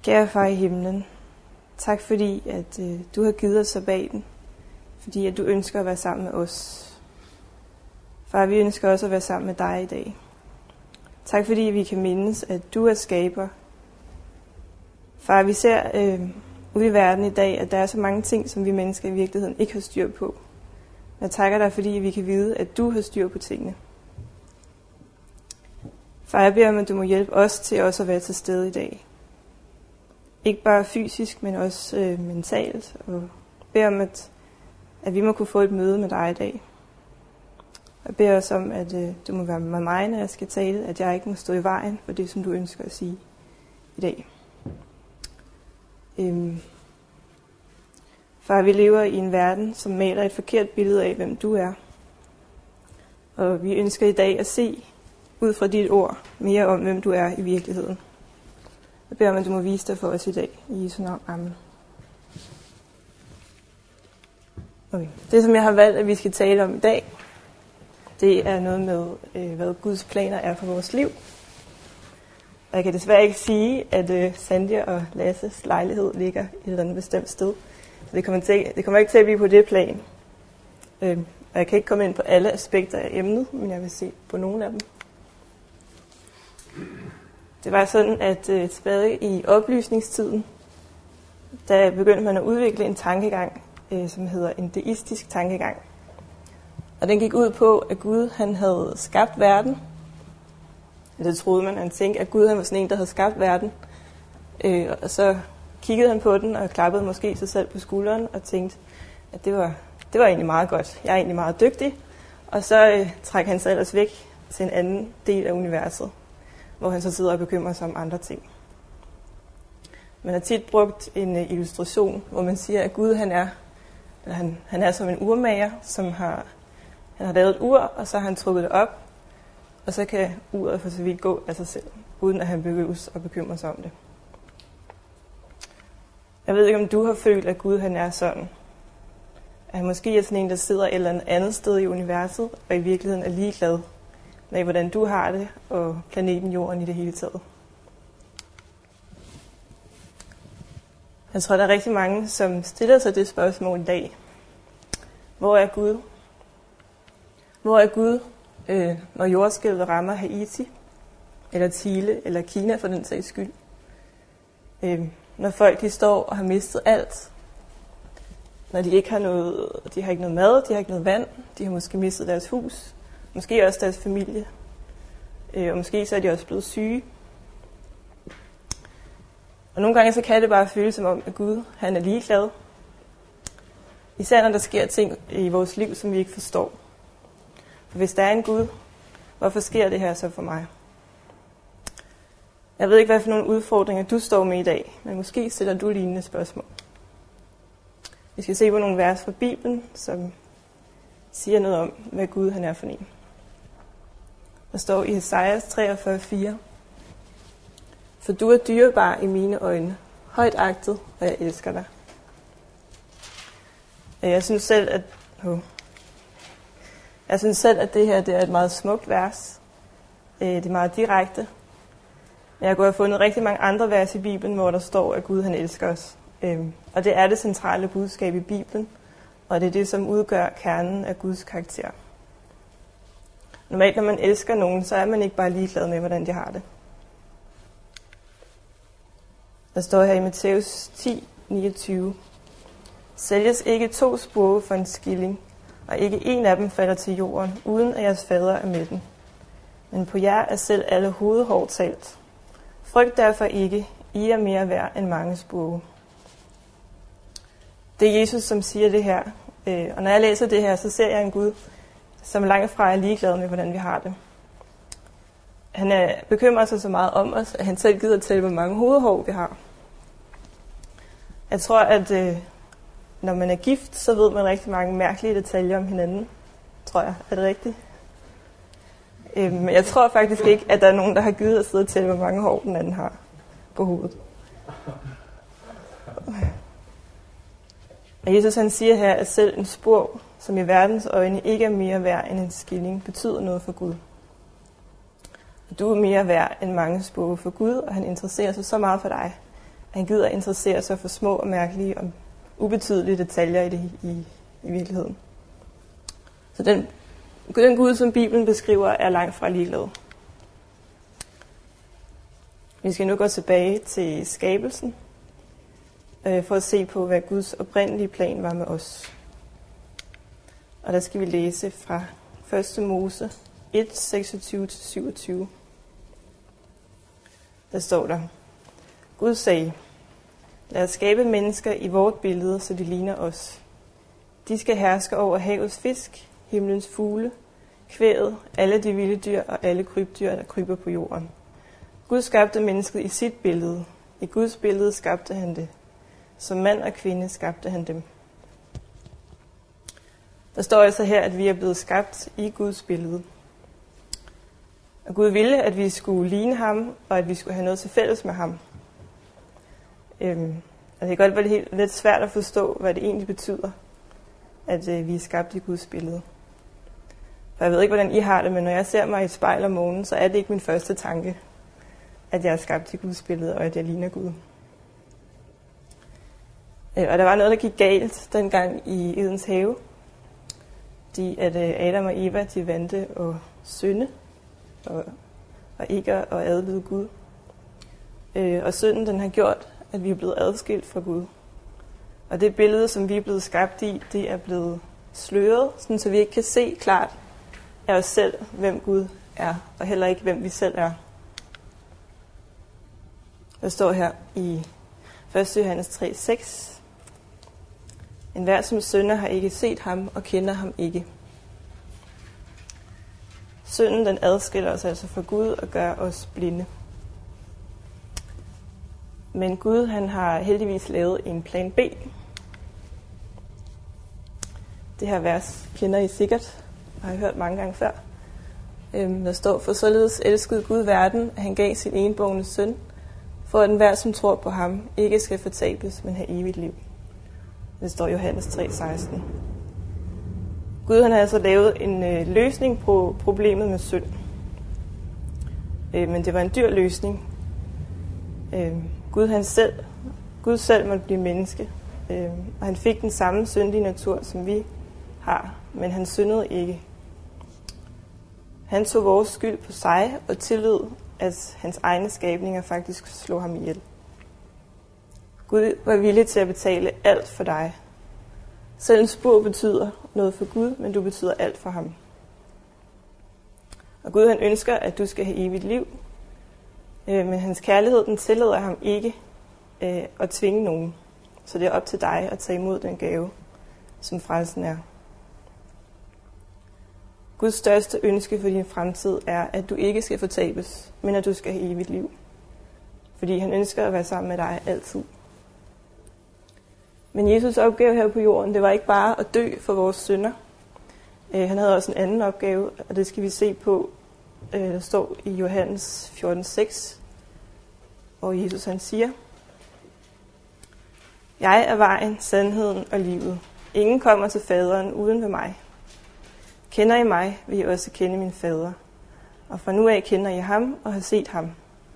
Kære far i himlen, tak fordi, at du har givet os sabbaten, fordi at du ønsker at være sammen med os. Far, vi ønsker også at være sammen med dig i dag. Tak fordi vi kan mindes, at du er skaber. Far, vi ser ude i verden i dag, at der er så mange ting, som vi mennesker i virkeligheden ikke har styr på. Jeg takker dig, fordi vi kan vide, at du har styr på tingene. Far, jeg beder om, at du må hjælpe os til også at være til stede i dag. Ikke bare fysisk, men også mentalt. Og beder om, at vi må kunne få et møde med dig i dag. Jeg beder os om, at du må være med mig, når jeg skal tale, at jeg ikke må stå i vejen for det, som du ønsker at sige i dag. Far, vi lever i en verden, som maler et forkert billede af, hvem du er. Og vi ønsker i dag at se ud fra dit ord mere om, hvem du er i virkeligheden. Jeg beder om, at du må vise dig for os i dag. I Jesu navn. Amen. Okay. Det, som jeg har valgt, at vi skal tale om i dag, det er noget med, hvad Guds planer er for vores liv. Og jeg kan desværre ikke sige, at Sandja og Lasses lejlighed ligger et eller andet bestemt sted. Så det kommer ikke til at blive på det plan. Og jeg kan ikke komme ind på alle aspekter af emnet, men jeg vil se på nogle af dem. Det var sådan, at tilbage i oplysningstiden, der begyndte man at udvikle en tankegang, som hedder en deistisk tankegang. Og den gik ud på, at Gud han havde skabt verden. Det troede man, han tænkte, at Gud han var sådan en, der havde skabt verden. Og så kiggede han på den og klappede måske sig selv på skulderen og tænkte, at det var egentlig meget godt. Jeg er egentlig meget dygtig. Og så trækker han sig ellers væk til en anden del af universet, hvor han så sidder og bekymrer sig om andre ting. Man har tit brugt en illustration, hvor man siger, at Gud han er som en urmager, som han har lavet et ur, og så har han trukket det op, og så kan uret for så vidt gå af sig selv, uden at han behøves at bekymre sig om det. Jeg ved ikke, om du har følt, at Gud han er sådan. At han måske er sådan en, der sidder et eller andet sted i universet, og i virkeligheden er ligeglad med, hvordan du har det, og planeten Jorden i det hele taget. Jeg tror, der er rigtig mange, som stiller sig det spørgsmål i dag. Hvor er Gud? Hvor er Gud, når jordskælvet rammer Haiti, eller Chile, eller Kina for den sags skyld? Når folk de står og har mistet alt. Når de ikke har noget, de har ikke noget mad, de har ikke noget vand, de har måske mistet deres hus, måske også deres familie, og måske så er de også blevet syge. Og nogle gange så kan det bare føles som om, at Gud han er ligeglad. Især når der sker ting i vores liv, som vi ikke forstår. For hvis der er en Gud, hvorfor sker det her så for mig? Jeg ved ikke, hvad for nogle udfordringer du står med i dag, men måske stiller du lignende spørgsmål. Vi skal se på nogle vers fra Bibelen, som siger noget om, hvad Gud han er for en. Der står i Esajas 43:4. For du er dyrebar i mine øjne, højt agtet, og jeg elsker dig. Jeg synes selv, at det her det er et meget smukt vers. Det er meget direkte. Jeg kunne have fundet rigtig mange andre vers i Bibelen, hvor der står, at Gud han elsker os. Og det er det centrale budskab i Bibelen, og det er det, som udgør kernen af Guds karakter. Normalt, når man elsker nogen, så er man ikke bare ligeglad med, hvordan de har det. Der står her i Matthæus 10:29. Sælges ikke 2 spurve for en skilling, og ikke en af dem falder til jorden, uden at jeres fader er med den. Men på jer er selv alle hovedhår talt. Frygt derfor ikke, I er mere værd end mange spurve. Det er Jesus, som siger det her. Og når jeg læser det her, så ser jeg en Gud, som langt fra er ligeglad med, hvordan vi har det. Han bekymrer sig så meget om os, at han selv gider tælle, hvor mange hovedhår vi har. Jeg tror, at når man er gift, så ved man rigtig mange mærkelige detaljer om hinanden. Tror jeg. Er det rigtigt? Men jeg tror faktisk ikke, at der er nogen, der har givet at sidde og tælle, hvor mange hår den anden har på hovedet. Og Jesus han siger her, at selv en spurv, som i verdens øjne ikke er mere værd end en skilling, betyder noget for Gud. Du er mere værd end mange spurve for Gud, og han interesserer sig så meget for dig, Han gider interessere sig for små og mærkelige og ubetydelige detaljer i virkeligheden. Så den Gud, som Bibelen beskriver, er langt fra ligeglad. Vi skal nu gå tilbage til skabelsen, for at se på, hvad Guds oprindelige plan var med os. Og der skal vi læse fra 1. Mose 1, 26-27. Der står der: Gud sagde, lad os skabe mennesker i vort billede, så de ligner os. De skal herske over havets fisk, himlens fugle, kvæget, alle de vilde dyr og alle krybdyr, der kryber på jorden. Gud skabte mennesket i sit billede. I Guds billede skabte han det. Som mand og kvinde skabte han dem. Der står altså her, at vi er blevet skabt i Guds billede. Og Gud ville, at vi skulle ligne ham, og at vi skulle have noget til fælles med ham. Det kan godt være lidt svært at forstå, hvad det egentlig betyder, at vi er skabt i Guds billede. For jeg ved ikke, hvordan I har det, men når jeg ser mig i et spejl om morgenen, så er det ikke min første tanke, at jeg er skabt i Guds billede, og at jeg ligner Gud. Og der var noget, der gik galt dengang i Edens have, fordi at Adam og Eva, de valgte at synde, og ikke at adlyde Gud. Og synden, den har gjort, at vi er blevet adskilt fra Gud. Og det billede, som vi er blevet skabt i, det er blevet sløret, sådan så vi ikke kan se klart af os selv, hvem Gud er, og heller ikke, hvem vi selv er. Der står her i 1. Johannes 3:6. Enhver som synder har ikke set ham og kender ham ikke. Synden, den adskiller os altså fra Gud og gør os blinde. Men Gud, han har heldigvis lavet en plan B. Det her vers kender I sikkert, og har hørt mange gange før. Der står, for således elskede Gud verden, at han gav sin enbårne søn, for at enhver, som tror på ham, ikke skal fortabes, men have evigt liv. Det står i Johannes 3:16. Gud, han har altså lavet en løsning på problemet med synd. Men det var en dyr løsning. Gud selv måtte blive menneske, og han fik den samme syndige natur, som vi har, men han syndede ikke. Han tog vores skyld på sig og tillod, at hans egne skabninger faktisk slog ham ihjel. Gud var villig til at betale alt for dig. Selv en spur betyder noget for Gud, men du betyder alt for ham. Og Gud, han ønsker, at du skal have evigt liv, men hans kærlighed, den tillader ham ikke at tvinge nogen. Så det er op til dig at tage imod den gave, som frelsen er. Guds største ønske for din fremtid er, at du ikke skal fortabes, men at du skal have evigt liv. Fordi han ønsker at være sammen med dig altid. Men Jesus' opgave her på jorden, det var ikke bare at dø for vores synder. Han havde også en anden opgave, og det skal vi se på, der står i Johannes 14:6, hvor Jesus han siger: Jeg er vejen, sandheden og livet. Ingen kommer til faderen uden ved mig. Kender I mig, vil I også kende min fader. Og fra nu af kender I ham og har set ham.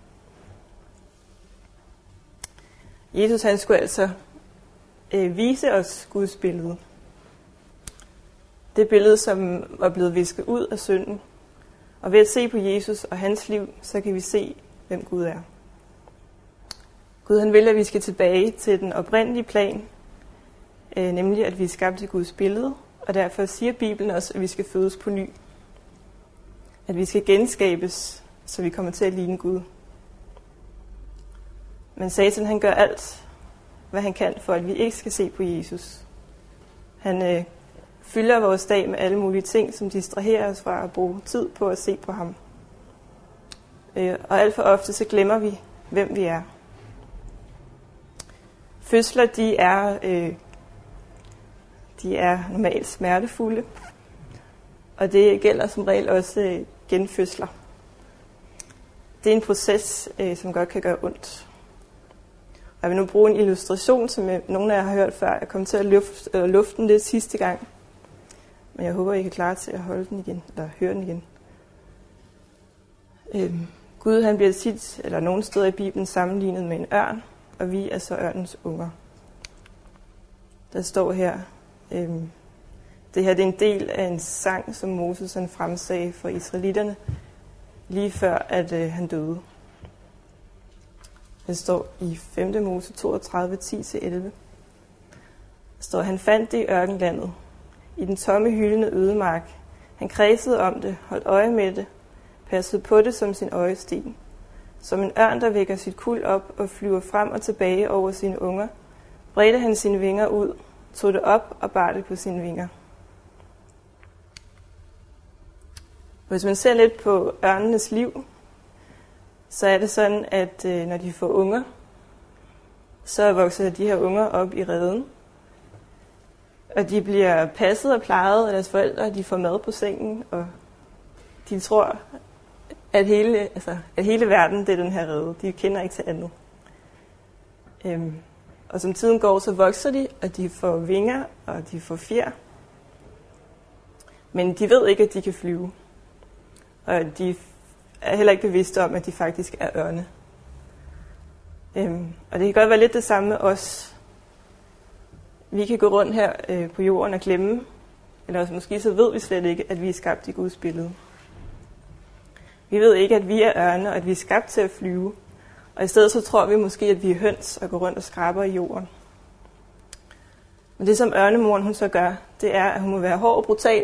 Jesus han skulle altså vise os Guds billede. Det billede, som var blevet visket ud af synden. Og ved at se på Jesus og hans liv, så kan vi se, hvem Gud er. Gud han vil, at vi skal tilbage til den oprindelige plan, nemlig at vi er skabt i Guds billede, og derfor siger Bibelen også, at vi skal fødes på ny. At vi skal genskabes, så vi kommer til at ligne Gud. Men Satan han gør alt, hvad han kan, for at vi ikke skal se på Jesus. Han fylder vores dag med alle mulige ting, som distraherer os fra at bruge tid på at se på ham. Og alt for ofte så glemmer vi, hvem vi er. Fødsler, de er normalt smertefulde, og det gælder som regel også genfødsler. Det er en proces, som godt kan gøre ondt. Og jeg vil nu bruge en illustration, som nogle af jer har hørt før. Jeg kom til at lufte den lidt sidste gang, men jeg håber, I kan klare til at holde den igen, eller høre den igen. Gud han bliver tit, eller nogle steder i Bibelen, sammenlignet med en ørn. og vi er så ørnens unger. Der står her, det her det er en del af en sang, som Moses han fremsagde for israelitterne, lige før at han døde. Det står i 5. Mose 32, 10-11. Der står, han fandt det i ørkenlandet, i den tomme hyldende ødemark. Han kredsede om det, holdt øje med det, passede på det som sin øjesten. Som en ørn, der vækker sit kuld op og flyver frem og tilbage over sine unger, bredte han sine vinger ud, tog det op og bar det på sine vinger. Hvis man ser lidt på ørnenes liv, så er det sådan, at når de får unger, så vokser de her unger op i reden. Og de bliver passet og plejet af deres forældre, de får mad på sengen, og de tror, at hele verden det er den her rede. De kender ikke til andet. Og som tiden går, så vokser de, og de får vinger, og de får fjer. Men de ved ikke, at de kan flyve. Og de er heller ikke bevidste om, at de faktisk er ørne. Og det kan godt være lidt det samme med os. Vi kan gå rundt her på jorden og glemme, eller også måske så ved vi slet ikke, at vi er skabt i Guds billede. Vi ved ikke, at vi er ørne, og at vi er skabt til at flyve. Og i stedet så tror vi måske, at vi er høns og går rundt og skraber i jorden. Men det, som ørnemoren hun så gør, det er, at hun må være hård og brutal.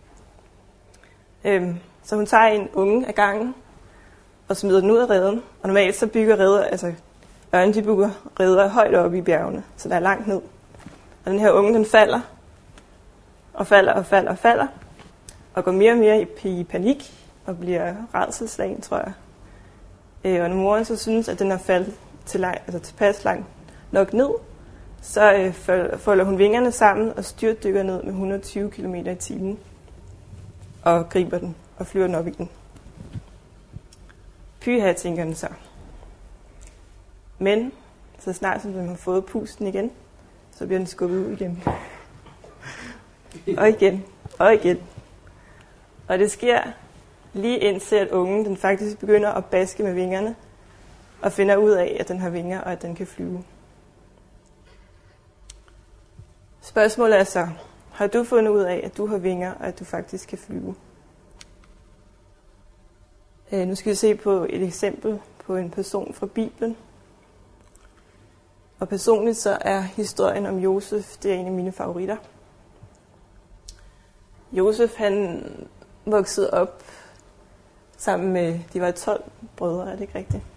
Så hun tager en unge af gangen og smider den ud af reden. Og normalt så bygger ørne de bygger reder højt oppe i bjergene, så der er langt ned. Og den her unge, den falder og falder og falder og falder, og går mere og mere i panik og bliver rædselsslagen, tror jeg. Og når moren så synes, at den er faldet tilpas langt nok ned, så folder hun vingerne sammen og styrtdykker ned med 120 km i timen og griber den og flyver den op igen. Pyha, tænker den så. Men så snart som den har fået pusten igen, så bliver den skubbet ud igen. Og igen, og igen. Og det sker lige indtil, at ungen den faktisk begynder at baske med vingerne, og finder ud af, at den har vinger, og at den kan flyve. Spørgsmålet er så, har du fundet ud af, at du har vinger, og at du faktisk kan flyve? Nu skal vi se på et eksempel på en person fra Bibelen. Og personligt så er historien om Josef, det er en af mine favoritter. Josef, han voksede op sammen med, de var 12 brødre, er det ikke rigtigt?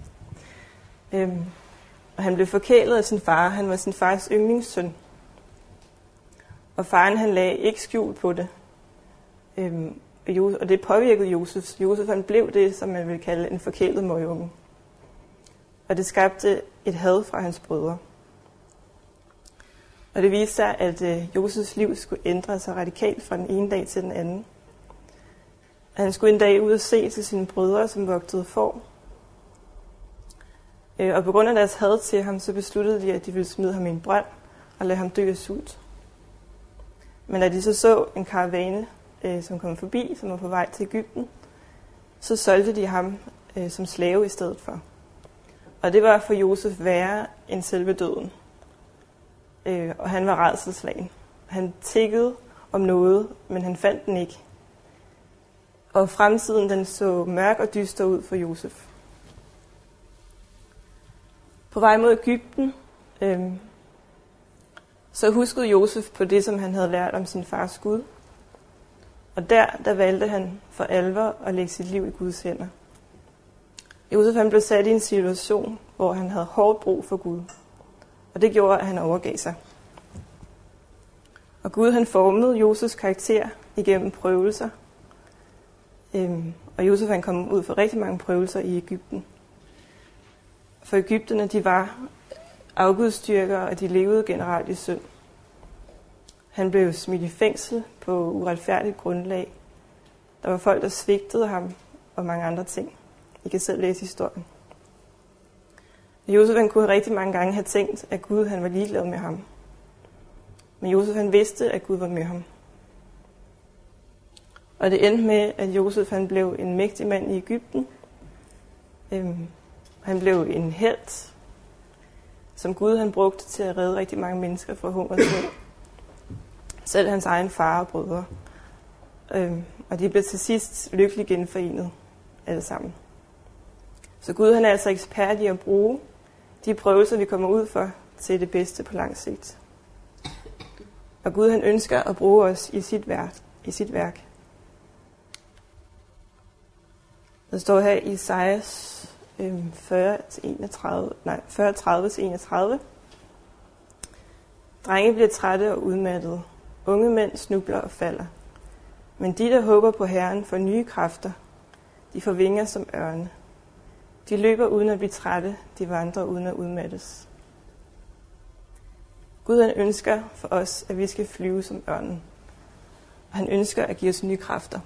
Og han blev forkælet af sin far, han var sin fars yndlingssøn. Og faren, han lagde ikke skjul på det. Og det påvirkede Josef. Josef, han blev det, som man vil kalde en forkælet møgunge. Og det skabte et had fra hans brødre. Og det viste sig, at Josefs liv skulle ændre sig radikalt fra den ene dag til den anden. Han skulle en dag ud og se til sine brødre, som vogtede får. Og på grund af deres had til ham, så besluttede de, at de ville smide ham i en brønd og lade ham dø af sult. Men da de så en karavane, som kom forbi, som var på vej til Egypten, så solgte de ham som slave i stedet for. Og det var for Josef værre end selve døden. Og han var rædselsslagen. Han tiggede om noget, men han fandt den ikke. Og fremtiden den så mørk og dyster ud for Josef. På vej mod Egypten, så huskede Josef på det, som han havde lært om sin fars Gud. Og der valgte han for alvor at lægge sit liv i Guds hænder. Josef han blev sat i en situation, hvor han havde hårdt brug for Gud. Og det gjorde, at han overgav sig. Og Gud han formede Josefs karakter igennem prøvelser. Og Josef han kom ud for rigtig mange prøvelser i Egypten. For egypterne, de var afgudstyrkere, og de levede generelt i synd. Han blev smidt i fængsel på uretfærdigt grundlag. Der var folk, der svigtede ham, og mange andre ting. I kan selv læse historien. Josef han kunne rigtig mange gange have tænkt, at Gud han var ligeglad med ham. Men Josef han vidste, at Gud var med ham. Og det endte med, at Josef han blev en mægtig mand i Egypten. Han blev en helt, som Gud han brugte til at redde rigtig mange mennesker fra hungersnød. Selv hans egen far og brødre. Og de blev til sidst lykkeligt genforenet alle sammen. Så Gud han er altså ekspert i at bruge de prøvelser, vi kommer ud for, til det bedste på lang sigt. Og Gud han ønsker at bruge os i sit værk. Der står her i Esajas 40-31. Drenge bliver trætte og udmattede. Unge mænd snubler og falder. Men de, der håber på Herren, får nye kræfter. De får vinger som ørne. De løber uden at blive trætte. De vandrer uden at udmattes. Gud han ønsker for os, at vi skal flyve som ørnen. Og han ønsker at give os nye kræfter.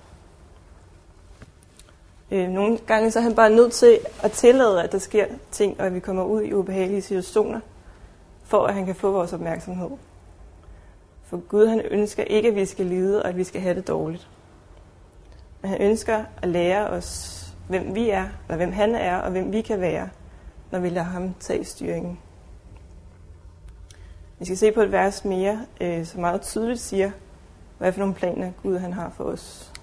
Nogle gange så er han bare nødt til at tillade, at der sker ting, og at vi kommer ud i ubehagelige situationer, for at han kan få vores opmærksomhed. For Gud han ønsker ikke, at vi skal lide, og at vi skal have det dårligt. Men han ønsker at lære os, hvem vi er, eller hvem han er, og hvem vi kan være, når vi lader ham tage styringen. Vi skal se på et vers mere, som meget tydeligt siger, hvad for nogle planer Gud han har for os.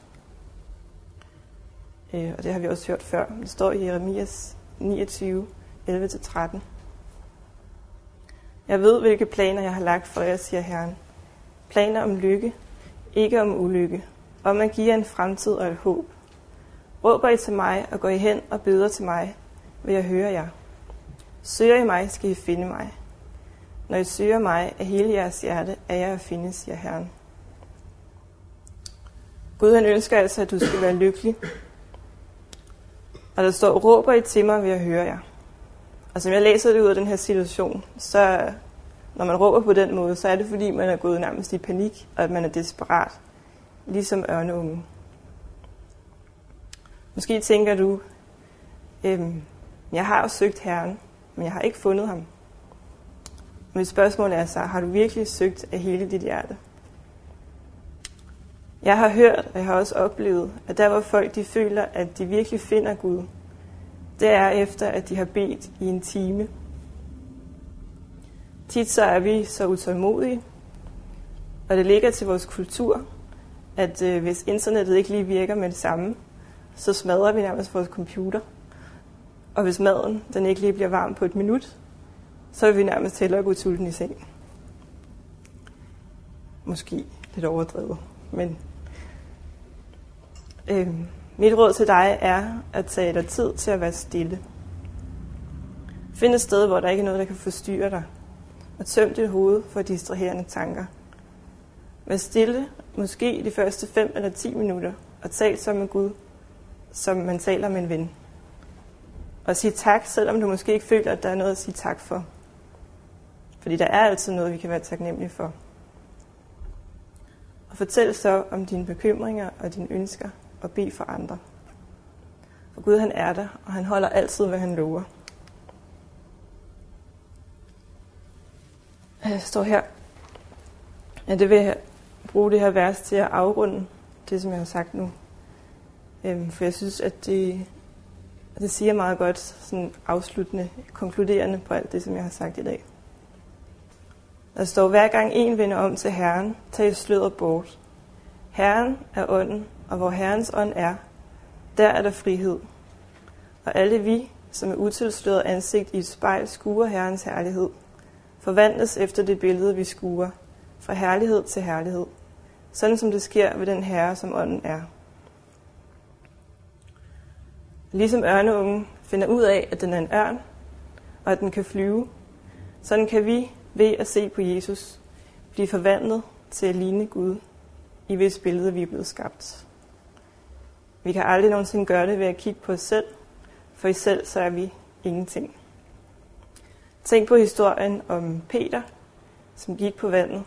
Og det har vi også hørt før. Det står i Jeremias 29, 11-13. Jeg ved, hvilke planer jeg har lagt for jer, siger Herren. Planer om lykke, ikke om ulykke. Om at give jer en fremtid og et håb. Råber I til mig og går I hen og beder til mig, vil jeg høre jer. Søger I mig, skal I finde mig. Når I søger mig af hele jeres hjerte, er jeg at finde, siger Herren. Gud han ønsker altså, at du skal være lykkelig. Og der står, råber I til mig, vil jeg høre jer. Og som jeg læser det ud af den her situation, så når man råber på den måde, så er det fordi, man er gået nærmest i panik, og at man er desperat, ligesom ørneungen. Måske tænker du, jeg har jo søgt Herren, men jeg har ikke fundet ham. Mit spørgsmål er så, har du virkelig søgt af hele dit hjerte? Jeg har hørt, og jeg har også oplevet, at der hvor folk de føler, at de virkelig finder Gud, det er efter, at de har bedt i en time. Tit så er vi så utålmodige, og det ligger til vores kultur, at hvis internettet ikke lige virker med det samme, så smadrer vi nærmest vores computer. Og hvis maden den ikke lige bliver varm på et minut, så vil vi nærmest hellere gå sulten i seng. Måske lidt overdrevet, men mit råd til dig er at tage dig tid til at være stille. Find et sted, hvor der ikke er noget, der kan forstyrre dig, og tøm dit hoved for distraherende tanker. Vær stille, måske de første 5 eller 10 minutter, og tal så med Gud, som man taler med en ven. Og sig tak, selvom du måske ikke føler, at der er noget at sige tak for. Fordi der er altid noget, vi kan være taknemmelige for. Og fortæl så om dine bekymringer og dine ønsker, og bed for andre. For Gud han er der, og han holder altid, hvad han lover. Jeg står her. Ja, det vil jeg bruge det her vers til at afrunde det, som jeg har sagt nu. For jeg synes, at det siger meget godt, sådan afsluttende, konkluderende på alt det, som jeg har sagt i dag. Der står, hver gang en vender om til Herren, tager sløret bort. Herren er ånden, og hvor Herrens ånd er, der er der frihed. Og alle vi, som er utilsløret ansigt i et spejl, skuer Herrens herlighed, forvandles efter det billede, vi skuer, fra herlighed til herlighed, sådan som det sker ved den Herre, som ånden er. Ligesom ørneungen finder ud af, at den er en ørn, og at den kan flyve, sådan kan vi, ved at se på Jesus, blive forvandlet til at ligne Gud, i hvis billede vi er blevet skabt. Vi kan aldrig nogensinde gøre det ved at kigge på os selv, for i selv så er vi ingenting. Tænk på historien om Peter, som gik på vandet.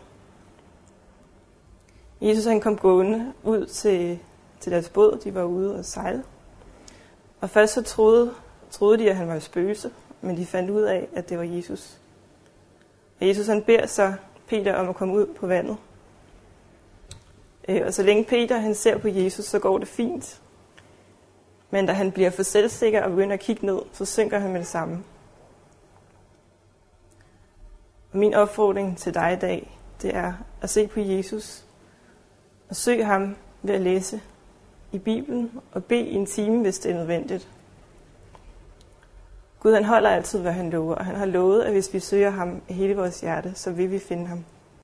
Jesus han kom gående ud til deres båd, de var ude og sejle. Og først så troede de, at han var et spøgelse, men de fandt ud af, at det var Jesus. Og Jesus han beder så Peter om at komme ud på vandet. Og så længe Peter han ser på Jesus, så går det fint. Men da han bliver for selvsikker og begynder at kigge ned, så synker han med det samme. Og min opfordring til dig i dag, det er at se på Jesus og søg ham ved at læse i Bibelen og bede i en time, hvis det er nødvendigt. Gud han holder altid, hvad han lover, og han har lovet, at hvis vi søger ham i hele vores hjerte, så vil vi finde ham.